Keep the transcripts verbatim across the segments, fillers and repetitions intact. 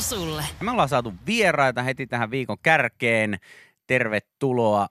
sulle. Me ollaan saatu vieraita heti tähän viikon kärkeen. Tervetuloa.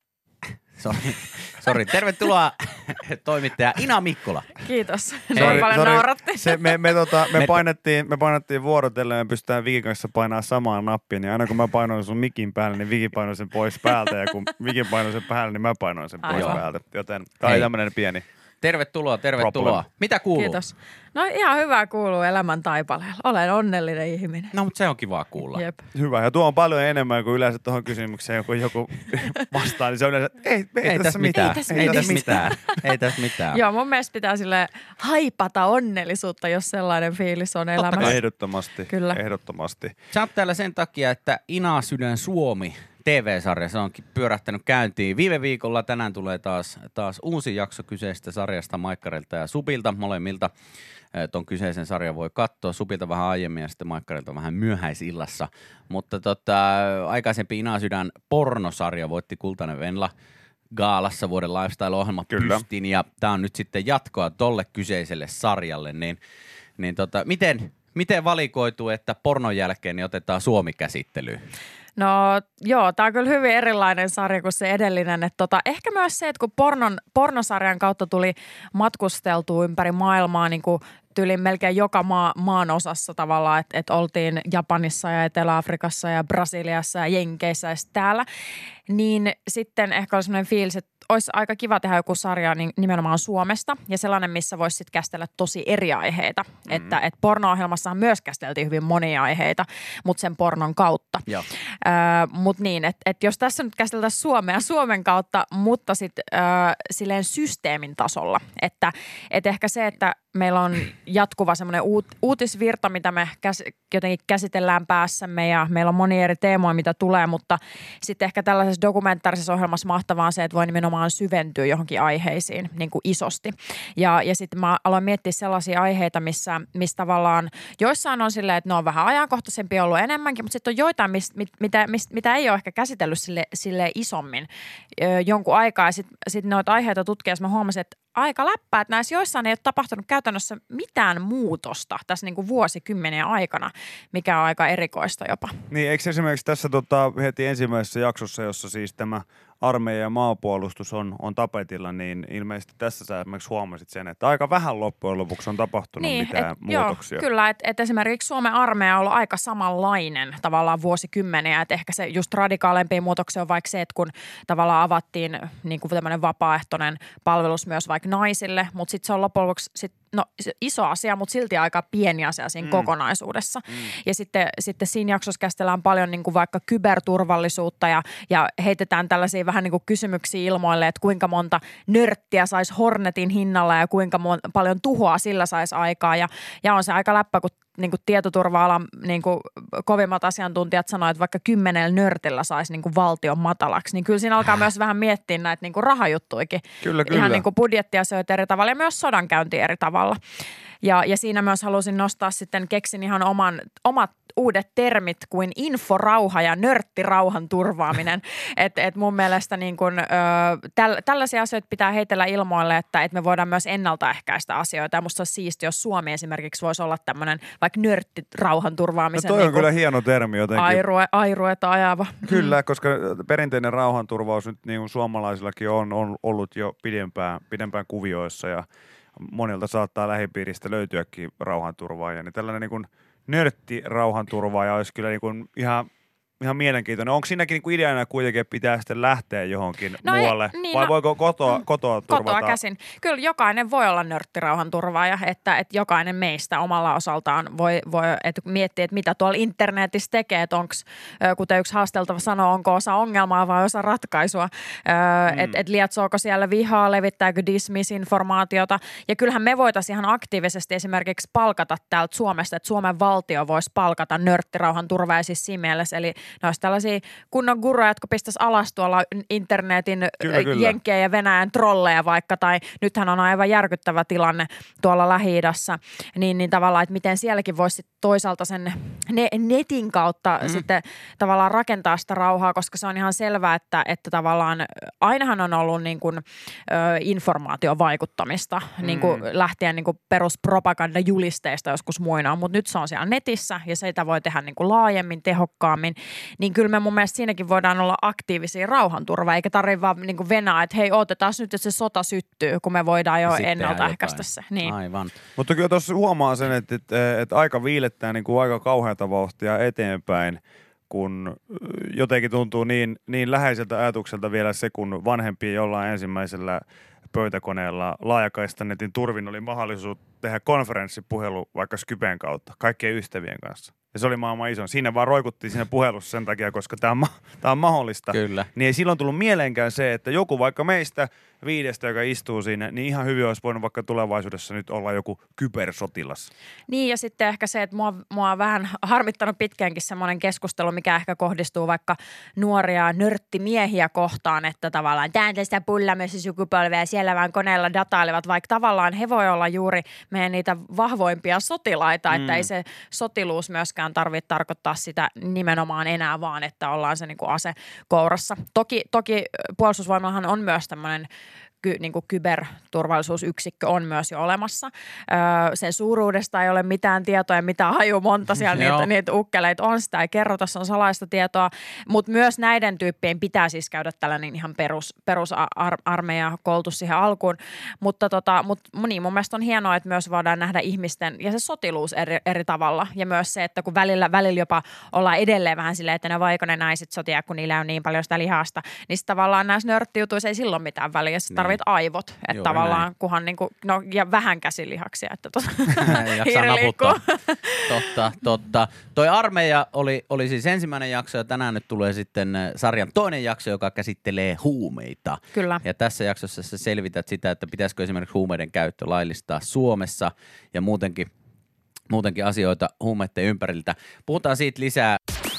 Sori, Sori. tervetuloa toimittaja Ina Mikkola. Kiitos. Hei. Sorry, paljon Sorry. nauratti. Se, me, me, tota, me, Me- painettiin, me painettiin vuorotellen ja me pystytään Vikin kanssa painaa samaan nappiin. Ja aina kun mä painoin sun mikin päälle, niin Viki painoi sen pois päältä. Ja kun Vikin painoi sen päälle, niin mä painoin sen pois Aivan. päältä. Joten tää Hei. oli tämmönen pieni. Tervetuloa, tervetuloa. Problem. Mitä kuuluu? Kiitos. No ihan hyvää kuuluu elämän taipaleella. Olen onnellinen ihminen. No, mutta se on kivaa kuulla. Jep. Hyvä. Ja tuo on paljon enemmän kuin yleensä tuohon kysymykseen, kun joku vastaa, niin se on yleensä, ei, ei, Ei tässä mitään. tässä Ei mitään. tässä mitään. Ei tässä mitään. Joo, mun mielestä pitää sille haipata onnellisuutta, jos sellainen fiilis on elämässä. Ehdottomasti. Kyllä. Ehdottomasti. Sä oot täällä sen takia, että Ina Sydän Suomi T V-sarja, se onkin pyörähtänyt käyntiin. Viime viikolla tänään tulee taas, taas uusi jakso kyseisestä sarjasta Maikkarilta ja Supilta molemmilta. Tuon kyseisen sarjan voi katsoa Supilta vähän aiemmin ja sitten Maikkarilta vähän myöhäisillassa. Mutta tota, aikaisempi Ina Sydän pornosarja voitti Kultainen Venla Gaalassa vuoden lifestyle-ohjelma Kyllä. Pystin. Ja tää on nyt sitten jatkoa tolle kyseiselle sarjalle. Niin, niin tota, miten, miten valikoituu, että pornon jälkeen niin otetaan Suomi käsittelyyn? No joo, tää on kyllä hyvin erilainen sarja kuin se edellinen. Että tota, ehkä myös se, että kun pornon, pornosarjan kautta tuli matkusteltua ympäri maailmaa niin kuin tyyliin melkein joka maa, maan osassa tavallaan, että et oltiin Japanissa ja Etelä-Afrikassa ja Brasiliassa ja Jenkeissä ja sitten täällä, niin sitten ehkä oli sellainen fiilis, että olisi aika kiva tehdä joku sarja niin nimenomaan Suomesta ja sellainen, missä voisi sitten käsitellä tosi eri aiheita. Mm-hmm. Että et porno-ohjelmassahan myös käsiteltiin hyvin monia aiheita, mutta sen pornon kautta. Joo. Öö, mutta niin, että et jos tässä nyt käsiteltäisiin Suomea Suomen kautta, mutta sitten öö, silleen systeemin tasolla. Että et ehkä se, että meillä on jatkuva semmoinen uut, uutisvirta, mitä me käs, jotenkin käsitellään päässämme ja meillä on monia eri teemoja, mitä tulee, mutta sitten ehkä tällaisessa dokumentaarisessa ohjelmassa mahtavaa on se, että voi nimenomaan syventyä johonkin aiheisiin niin kuin isosti. Ja, ja sitten mä aloin miettiä sellaisia aiheita, missä, missä tavallaan joissain on silleen, että ne on vähän ajankohtaisempia ollut enemmänkin, mutta sitten on joitain, mis, mit, mitä, mis, mitä ei ole ehkä käsitellyt sille, sille isommin ö, jonkun aikaa. Ja sitten sit noita aiheita tutkiessa mä huomasin, että aika läppää, että näissä joissain ei ole tapahtunut käytännössä mitään muutosta tässä niin kuin vuosikymmenien aikana, mikä on aika erikoista jopa. Niin, eikö esimerkiksi tässä tota, heti ensimmäisessä jaksossa, jossa siis tämä armeija ja maapuolustus on, on tapetilla, niin ilmeisesti tässä sä esimerkiksi huomasit sen, että aika vähän loppujen lopuksi on tapahtunut niin, mitään et, muutoksia. Joo, kyllä, että et esimerkiksi Suomen armeija on ollut aika samanlainen tavallaan vuosikymmeniä, että ehkä se just radikaalempia muutoksia on vaikka se, että kun tavallaan avattiin niin kuin tämmöinen vapaaehtoinen palvelus myös vaikka naisille, mutta sitten se on loppujen lopuksi sit, no, iso asia, mutta silti aika pieni asia siinä mm. kokonaisuudessa. Mm. Ja sitten, sitten siinä jaksossa käsitellään paljon niin kuin vaikka kyberturvallisuutta ja, ja heitetään tällaisia vähän niin kuin kysymyksiä ilmoille, että kuinka monta nörttiä saisi Hornetin hinnalla ja kuinka mon- paljon tuhoa sillä saisi aikaa. Ja, ja on se aika läppä, kun niin kuin tietoturva-alan niin kuin kovimmat asiantuntijat sanoo, että vaikka kymmenellä nörtillä saisi niin kuin valtion matalaksi, niin kyllä siinä alkaa myös vähän miettiä näitä niin kuin rahajuttuikin. Kyllä, kyllä. Ihan niin kuin budjettiasioita eri tavalla ja myös sodankäyntiä eri tavalla. Ja, ja siinä myös halusin nostaa sitten, keksin ihan oman, omat uudet termit kuin inforauha ja nörttirauhan turvaaminen. Että et mun mielestä niin kun, ö, täl, tällaisia asioita pitää heitellä ilmoille, että et me voidaan myös ennaltaehkäistä asioita. Ja musta olisi siistiä, jos Suomi esimerkiksi voisi olla tämmöinen vaikka nörttirauhan turvaamisen. No toi on niin kyllä hieno termi jotenkin. Airue, airueta ajava. Kyllä, koska perinteinen rauhanturvaus nyt niin kuin suomalaisillakin on, on ollut jo pidempään, pidempään kuvioissa ja monilta saattaa lähipiiristä löytyäkin rauhanturvaaja. Niin tällainen niin kuin nörtti-rauhanturvaaja olisi kyllä niin kuin ihan, ihan mielenkiintoinen. Onko siinäkin niin kuin ideana kuitenkin, että pitää sitten lähteä johonkin No muualle? ei, niin, vai no, voiko kotoa, kotoa turvata? Kotoa käsin. Kyllä jokainen voi olla nörttirauhanturvaaja, että, että jokainen meistä omalla osaltaan voi, voi että miettiä, että mitä tuolla internetissä tekee, että onko, kuten yksi haasteltava sanoo, onko osa ongelmaa vai osa ratkaisua, mm. että et lietsoako siellä vihaa, levittääkö dismisinformaatiota. Ja kyllähän me voitaisiin ihan aktiivisesti esimerkiksi palkata täältä Suomesta, että Suomen valtio voisi palkata nörttirauhanturvaajia siis siinä mielessä, eli ne olisi tällaisia kunnon guruja, jotka pistäisi alas tuolla internetin Kyllä, kyllä. jenkkejä ja Venäjän trolleja vaikka, tai nythän on aivan järkyttävä tilanne tuolla Lähi-idässä, niin, niin tavallaan, että miten sielläkin voisi toisaalta sen ne, netin kautta mm. sitten tavallaan rakentaa sitä rauhaa, koska se on ihan selvää, että, että tavallaan ainahan on ollut niin kuin, ö, informaatiovaikuttamista, mm. niin kuin lähtien niin kuin peruspropagandajulisteista joskus muinoin, mutta nyt se on siellä netissä ja sitä voi tehdä niin kuin laajemmin, tehokkaammin, niin kyllä me mun mielestä siinäkin voidaan olla aktiivisia rauhanturva, eikä tarvitse vaan niin kuin venää, että hei, otetaan nyt, että se sota syttyy, kun me voidaan jo ennaltaehkäistä se. Niin. Aivan. Mutta kyllä tuossa huomaa sen, että, että, että aika viilettää niin kuin aika kauheata vauhtia eteenpäin, kun jotenkin tuntuu niin, niin läheiseltä ajatukselta vielä se, kun vanhempien jollain ensimmäisellä pöytäkoneella laajakaistanetin turvin oli mahdollisuus tehdä konferenssipuhelu vaikka Skypen kautta kaikkien ystävien kanssa. Ja se oli maailman iso. Siinä vaan roikuttiin siinä puhelussa sen takia, koska tämä on, ma- on mahdollista. Kyllä. Niin ei silloin tullut mieleenkään se, että joku vaikka meistä viidestä, joka istuu siinä, niin ihan hyvin olisi voinut vaikka tulevaisuudessa nyt olla joku kybersotilas. Niin ja sitten ehkä se, että mua, mua on vähän harmittanut pitkäänkin semmoinen keskustelu, mikä ehkä kohdistuu vaikka nuoria nörttimiehiä kohtaan, että tavallaan tämä on tästä pullamössisukupolvea ja siellä vaan koneella datailevat, vaikka tavallaan he voi olla juuri meidän niitä vahvoimpia sotilaita, mm. että ei se sotiluus myöskään tarvitse tarkoittaa sitä nimenomaan enää vaan, että ollaan se niin kuin ase kourassa. Toki, toki puolustusvoimallahan on myös tämmöinen ky, niin kuin kyberturvallisuusyksikkö on myös jo olemassa. Öö, sen suuruudesta ei ole mitään tietoa ja mitään haju monta siellä niitä, niitä ukkeleita on. Sitä ei kerrota, se on salaista tietoa. Mutta myös näiden tyyppien pitää siis käydä tällainen ihan perus, perusarmeija koulutus siihen alkuun. Mutta tota, mut, niin, mun mielestä on hienoa, että myös voidaan nähdä ihmisten ja se sotiluus eri, eri tavalla. Ja myös se, että kun välillä, välillä jopa ollaan edelleen vähän silleen, että ne vaiko ne naiset sotia, kun niillä on niin paljon sitä lihasta, niin tavallaan näissä nörttijutuissa ei silloin mitään väliä. Niin. Aivot, että Joo, tavallaan näin. Kunhan niinku, no ja vähän käsilihaksia, että tuota hiiri liikkuu. Totta, totta. Toi armeija oli, oli siis ensimmäinen jakso ja tänään nyt tulee sitten sarjan toinen jakso, joka käsittelee huumeita. Kyllä. Ja tässä jaksossa sä selvität sitä, että pitäisikö esimerkiksi huumeiden käyttö laillistaa Suomessa ja muutenkin, muutenkin asioita huumeiden ympäriltä. Puhutaan siitä lisää.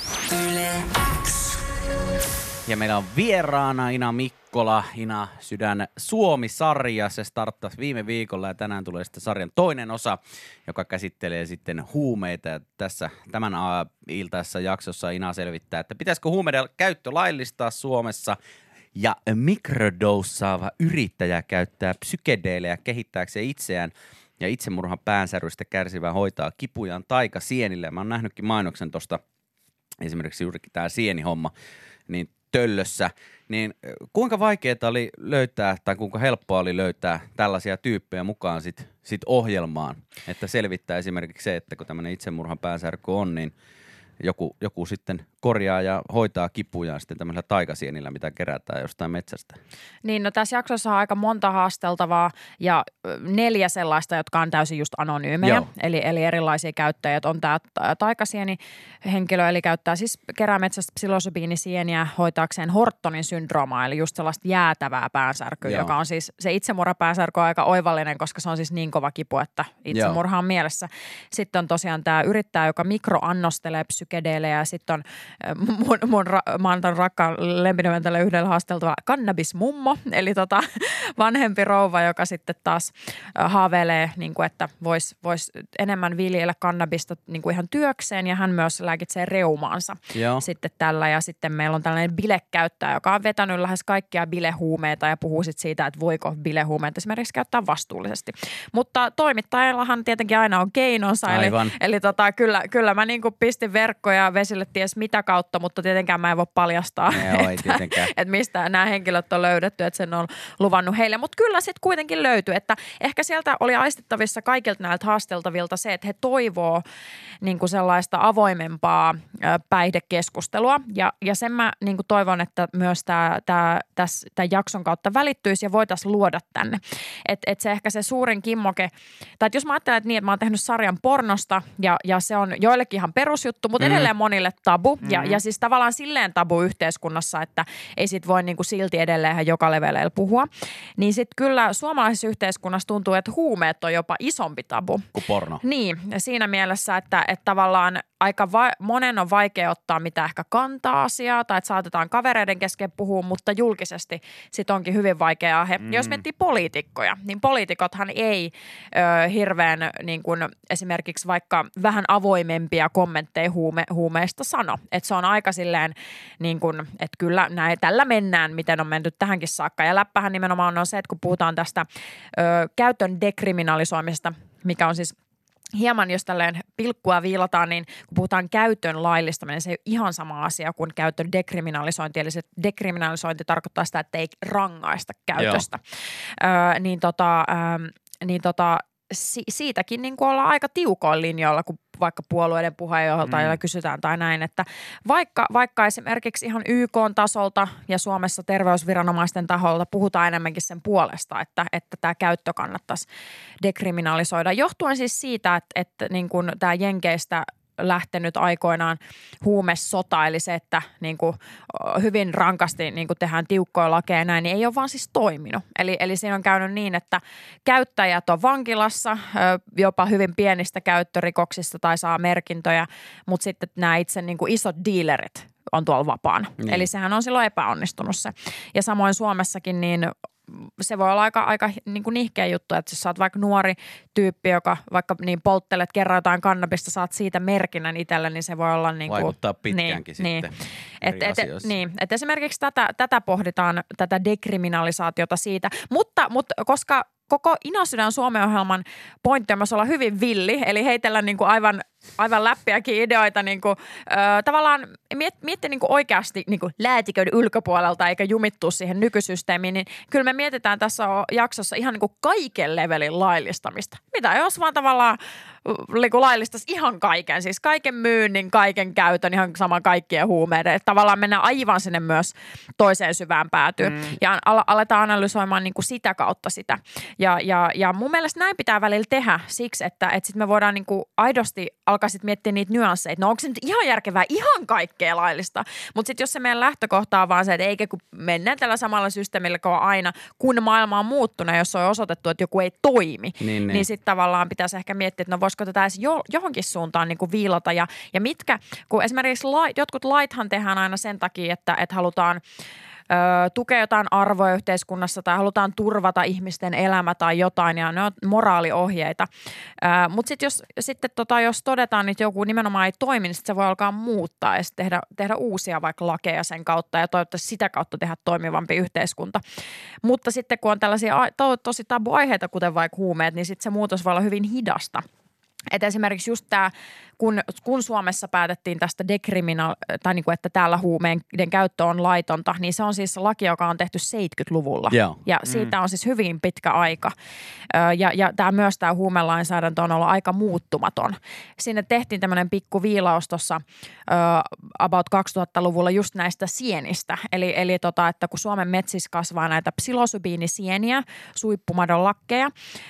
Ja meillä on vieraana Ina Mikkola, Ina Sydän Suomi-sarja. Se starttasi viime viikolla ja tänään tulee sitten sarjan toinen osa, joka käsittelee sitten huumeita. Ja tässä tämän iltaisessa jaksossa Ina selvittää, että pitäisikö huumeiden käyttö laillistaa Suomessa ja mikrodossaava yrittäjä käyttää psykedeelejä kehittääkseen itseään ja itsemurhan päänsärystä kärsivää hoitaa kipujaan taikasienillä. Mä oon nähnytkin mainoksen tuosta esimerkiksi juurikin tämä sienihomma, niin töllössä, niin kuinka vaikeaa oli löytää tai kuinka helppoa oli löytää tällaisia tyyppejä mukaan sit, sit ohjelmaan, että selvittää esimerkiksi se, että kun tämmöinen itsemurhan päänsärky on, niin joku, joku sitten korjaa ja hoitaa kipujaan sitten tämmöisellä taikasienillä, mitä kerätään jostain metsästä. Niin, no tässä jaksossa on aika monta haasteltavaa ja neljä sellaista, jotka on täysin just anonyymejä, eli, eli erilaisia käyttäjiä. On tämä taikasieni henkilö, eli käyttää siis kerää metsästä psilosobiinisieniä hoitaakseen Hortonin syndroomaa, eli just sellaista jäätävää päänsärkyä, Joo. joka on siis, se itsemurhapäänsärky on aika oivallinen, koska se on siis niin kova kipu, että itsemurha on mielessä. Sitten on tosiaan tämä yrittäjä, joka mikroannostelee psykedeelejä ja sitten on mun, mun ra- mä antan rakkaan lempinimen tälle yhdellä haasteltava kannabismummo, eli tota vanhempi rouva, joka sitten taas haaveilee, niin kuin, että voisi vois enemmän viljellä kannabista niin kuin ihan työkseen ja hän myös lääkitsee reumaansa Joo. sitten tällä. Ja sitten meillä on tällainen bilekäyttäjä, joka on vetänyt lähes kaikkia bilehuumeita ja puhuu sitten siitä, että voiko bilehuumeita esimerkiksi käyttää vastuullisesti. Mutta toimittajillahan tietenkin aina on keinonsa, eli, eli tota, kyllä, kyllä mä niin kuin pistin verkkoja vesille ties mitä kautta, mutta tietenkään mä en voi paljastaa, Joo, että, että mistä nämä henkilöt on löydetty, että sen on luvannut heille. Mutta kyllä sitten kuitenkin löytyi, että ehkä sieltä oli aistittavissa kaikilta näiltä haasteltavilta se, että he toivoo niin kuin sellaista avoimempaa päihdekeskustelua ja, ja sen mä niin kuin toivon, että myös tämä jakson kautta välittyisi ja voitaisiin luoda tänne. Että et se ehkä se suurin kimmoke, tai että jos mä ajattelen, että niin, että mä oon tehnyt sarjan pornosta ja, ja se on joillekin ihan perusjuttu, mutta mutta Mm. edelleen monille tabu. Ja, Mm-hmm. ja siis tavallaan silleen tabu yhteiskunnassa, että ei sit voi niinku silti edelleen joka leveleillä puhua. Niin sitten kyllä suomalaisessa yhteiskunnassa tuntuu, että huumeet on jopa isompi tabu. Kuin porno. Niin, ja siinä mielessä, että, että tavallaan aika va- monen on vaikea ottaa mitä ehkä kantaa asiaa tai että saatetaan kavereiden kesken puhua, mutta julkisesti sit onkin hyvin vaikeaa. He, mm. Jos miettii poliitikkoja, niin poliitikothan ei ö, hirveän niin kuin esimerkiksi vaikka vähän avoimempia kommentteja huume, huumeista sano. Että se on aika silleen, niin kuin, että kyllä näin, tällä mennään, miten on menty tähänkin saakka. Ja läppähän nimenomaan on se, että kun puhutaan tästä ö, käytön dekriminalisoimisesta, mikä on siis hieman, jos tälleen pilkkua viilataan, niin kun puhutaan käytön laillistaminen, se ei ole ihan sama asia kuin käytön dekriminalisointi. Eli se dekriminalisointi tarkoittaa sitä, että ei rangaista käytöstä. Öö, niin tota, öö, niin tota, si- siitäkin niin kuin ollaan aika tiukoilla linjoilla, kun vaikka puolueiden puheenjohtajilla mm. kysytään tai näin, että vaikka, vaikka esimerkiksi ihan Y K-tasolta ja Suomessa terveysviranomaisten taholta puhutaan enemmänkin sen puolesta, että, että tämä käyttö kannattaisi dekriminalisoida. Johtuen siis siitä, että, että niin kuin tämä Jenkeistä lähtenyt aikoinaan huumesota, eli se, että niin kuin hyvin rankasti niin kuin tehdään tiukkoja lakeja ja näin, niin ei ole vaan siis toiminut. Eli, eli siinä on käynyt niin, että käyttäjät on vankilassa jopa hyvin pienistä käyttörikoksista tai saa merkintöjä, mutta sitten nämä itse niin kuin isot dealerit on tuolla vapaana. Niin. Eli sehän on silloin epäonnistunut se. Ja samoin Suomessakin niin se voi olla aika, aika niin kuin nihkeä juttu, että jos sä oot vaikka nuori tyyppi, joka vaikka niin polttelet kerran jotain kannabista, saat siitä merkinnän itselle, niin se voi olla niin kuin vaikuttaa pitkäänkin niin, sitten niin. eri et, et, asioissa. niin, että esimerkiksi tätä, tätä pohditaan, tätä dekriminalisaatiota siitä, mutta, mutta koska koko Inasydän Suomen-ohjelman pointti on myös olla hyvin villi, eli heitellä niin kuin aivan, aivan läppiäkin ideoita niin kuin, ö, tavallaan miet, miettiä niin kuin oikeasti niin kuin läätikön ulkopuolelta eikä jumittua siihen nykysysteemiin, niin kyllä me mietitään tässä jaksossa ihan niin kuin kaiken levelin laillistamista. Mitä jos vaan tavallaan niin laillistaisi ihan kaiken, siis kaiken myynnin, kaiken käytön, ihan sama kaikkien huumeiden. Että tavallaan mennään aivan sinne myös toiseen syvään päätyyn mm. ja al- aletaan analysoimaan niin kuin sitä kautta sitä. Ja, ja, ja mun mielestä näin pitää välillä tehdä siksi, että, että sitten me voidaan niin kuin aidosti alkaa sitten miettiä niitä nyansseja. No onko se nyt ihan järkevää ihan kaikkea laillista? Mutta sitten jos se meidän lähtökohta on vaan se, että eikä kun mennään tällä samalla systeemillä kuin aina, kun maailma on muuttunut, jos on osoitettu, että joku ei toimi, niin, niin. niin sitten tavallaan pitäisi ehkä miettiä, että no voisiko tätä edes jo, johonkin suuntaan niin kuin viilata. Ja, ja mitkä, kun esimerkiksi lait, jotkut laithan tehdään aina sen takia, että, että halutaan Ö, tukea jotain arvoja yhteiskunnassa tai halutaan turvata ihmisten elämä tai jotain ja ne on moraaliohjeita. Mutta sitten jos, sitten tota, jos todetaan, että joku nimenomaan ei toimi, niin sit se voi alkaa muuttaa ja tehdä, tehdä uusia vaikka lakeja sen kautta ja toivottavasti sitä kautta tehdä toimivampi yhteiskunta. Mutta sitten kun on tällaisia to, tosi tabuaiheita, kuten vaikka huumeet, niin sitten se muutos voi olla hyvin hidasta. Että esimerkiksi just tämä, kun, kun Suomessa päätettiin tästä dekriminal, tai niin kuin, että täällä huumeiden käyttö on laitonta, niin se on siis laki, joka on tehty seitsemänkymmentäluvulla. Joo. Ja siitä on siis hyvin pitkä aika. Ja, ja tämä, myös tämä huumelainsäädäntö on ollut aika muuttumaton. Sinne tehtiin tämmöinen pikku viilaus tuossa about kaksituhattaluvulla just näistä sienistä. Eli, eli tota, että kun Suomen metsissä kasvaa näitä psilosybiinisieniä, suippumadon lakkeja,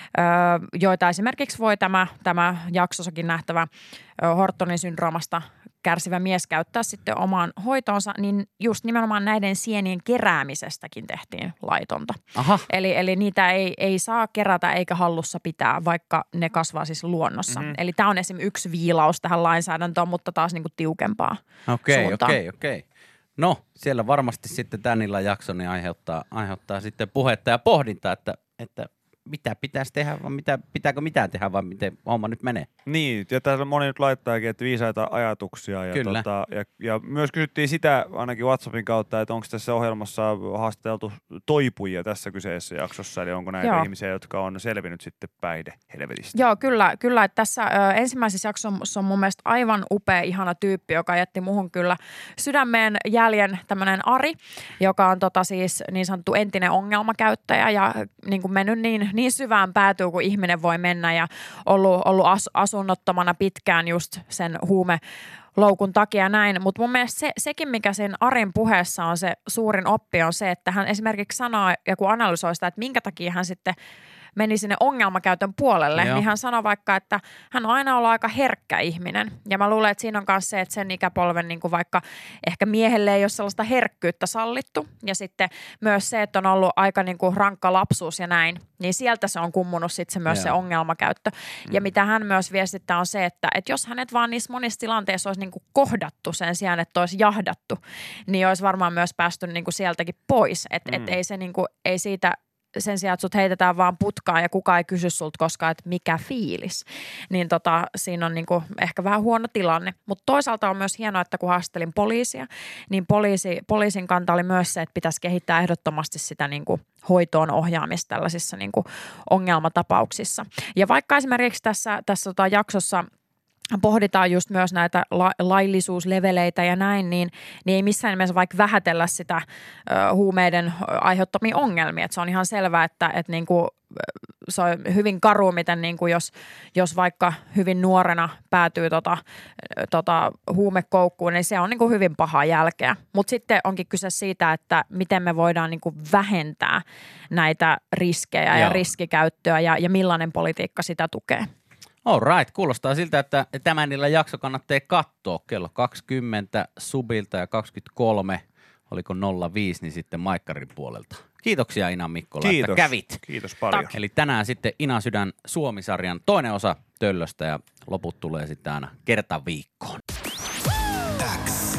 joita esimerkiksi voi tämä, tämä jaksossakin nähtävä Hortonin syndroomasta kärsivä mies käyttää sitten omaan hoitoonsa, niin just nimenomaan näiden sienien keräämisestäkin tehtiin laitonta. Aha. Eli, eli niitä ei, ei saa kerätä eikä hallussa pitää, vaikka ne kasvaa siis luonnossa. Mm-hmm. Eli tämä on esimerkiksi yksi viilaus tähän lainsäädäntöön, mutta taas niin kuin tiukempaa Okei, suuntaan. okei, okei. No, siellä varmasti sitten tämän illan jakso niin aiheuttaa, aiheuttaa sitten puhetta ja pohdintaa, että, että mitä pitäisi tehdä, vai mitä, pitääkö mitään tehdä, vai miten homma nyt menee. Niin, ja täällä moni nyt laittaakin, että viisaita ajatuksia. Ja, Kyllä. tota, ja, ja myös kysyttiin sitä ainakin WhatsAppin kautta, että onko tässä ohjelmassa haastateltu toipujia tässä kyseisessä jaksossa, eli onko näitä Joo. ihmisiä, jotka on selvinnyt sitten päihdehelvetistä. Joo, kyllä. kyllä että tässä ö, ensimmäisessä jaksossa on mun mielestä aivan upea, ihana tyyppi, joka jätti muhun kyllä sydämeen jäljen tämmöinen Ari, joka on tota siis niin sanottu entinen ongelmakäyttäjä ja niin kuin mennyt niin, niin syvään päätyy, kuin ihminen voi mennä ja ollut, ollut as, asunnottomana pitkään just sen huume loukun takia näin, mutta mun mielestä se, sekin, mikä sen Arin puheessa on se suurin oppi, on se, että hän esimerkiksi sanoo ja kun analysoi sitä, että minkä takia hän sitten meni sinne ongelmakäytön puolelle, Joo. niin hän sanoi vaikka, että hän on aina ollut aika herkkä ihminen. Ja mä luulen, että siinä on myös se, että sen ikäpolven niin kuin vaikka ehkä miehelle ei ole sellaista herkkyyttä sallittu. Ja sitten myös se, että on ollut aika niin kuin rankka lapsuus ja näin, niin sieltä se on kummunut sitten se myös Joo. se ongelmakäyttö. Ja Mm. mitä hän myös viestittää on se, että, että jos hänet vaan niissä monissa tilanteissa olisi niin kuin kohdattu sen sijaan, että olisi jahdattu, niin olisi varmaan myös päästy niin kuin sieltäkin pois. Että Mm. et ei se niin kuin, ei siitä sen sijaan, että sut heitetään vaan putkaan ja kukaan ei kysy sulta koskaan, että mikä fiilis. Niin tota, siinä on niinku ehkä vähän huono tilanne. Mutta toisaalta on myös hienoa, että kun haastattelin poliisia, niin poliisi, poliisin kanta oli myös se, että pitäisi kehittää ehdottomasti sitä niinku hoitoon ohjaamista tällaisissa niinku ongelmatapauksissa. Ja vaikka esimerkiksi tässä, tässä tota jaksossa pohditaan just myös näitä la- laillisuusleveleitä ja näin, niin, niin ei missään nimessä vaikka vähätellä sitä ö, huumeiden aiheuttamia ongelmia. Et se on ihan selvää, että et niinku, se on hyvin karu, miten niinku jos, jos vaikka hyvin nuorena päätyy tota, tota huumekoukkuun, niin se on niinku hyvin pahaa jälkeä. Mutta sitten onkin kyse siitä, että miten me voidaan niinku vähentää näitä riskejä Joo. ja riskikäyttöä ja, ja millainen politiikka sitä tukee. All right, kuulostaa siltä, että tämän illan jakso kannattaa katsoa kello kaksikymmentä Subilta ja kaksikymmentäkolme, oliko nolla viisi, niin sitten Maikkarin puolelta. Kiitoksia Ina Mikkola, Kiitos. että kävit. Kiitos paljon. Tak. Eli tänään sitten Ina Sydän Suomi-sarjan toinen osa Töllöstä ja loput tulee sitten aina kerta viikkoon. X.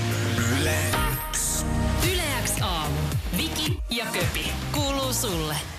Yle X. Yle X aamu. Viki ja Köpi. Kuuluu sulle.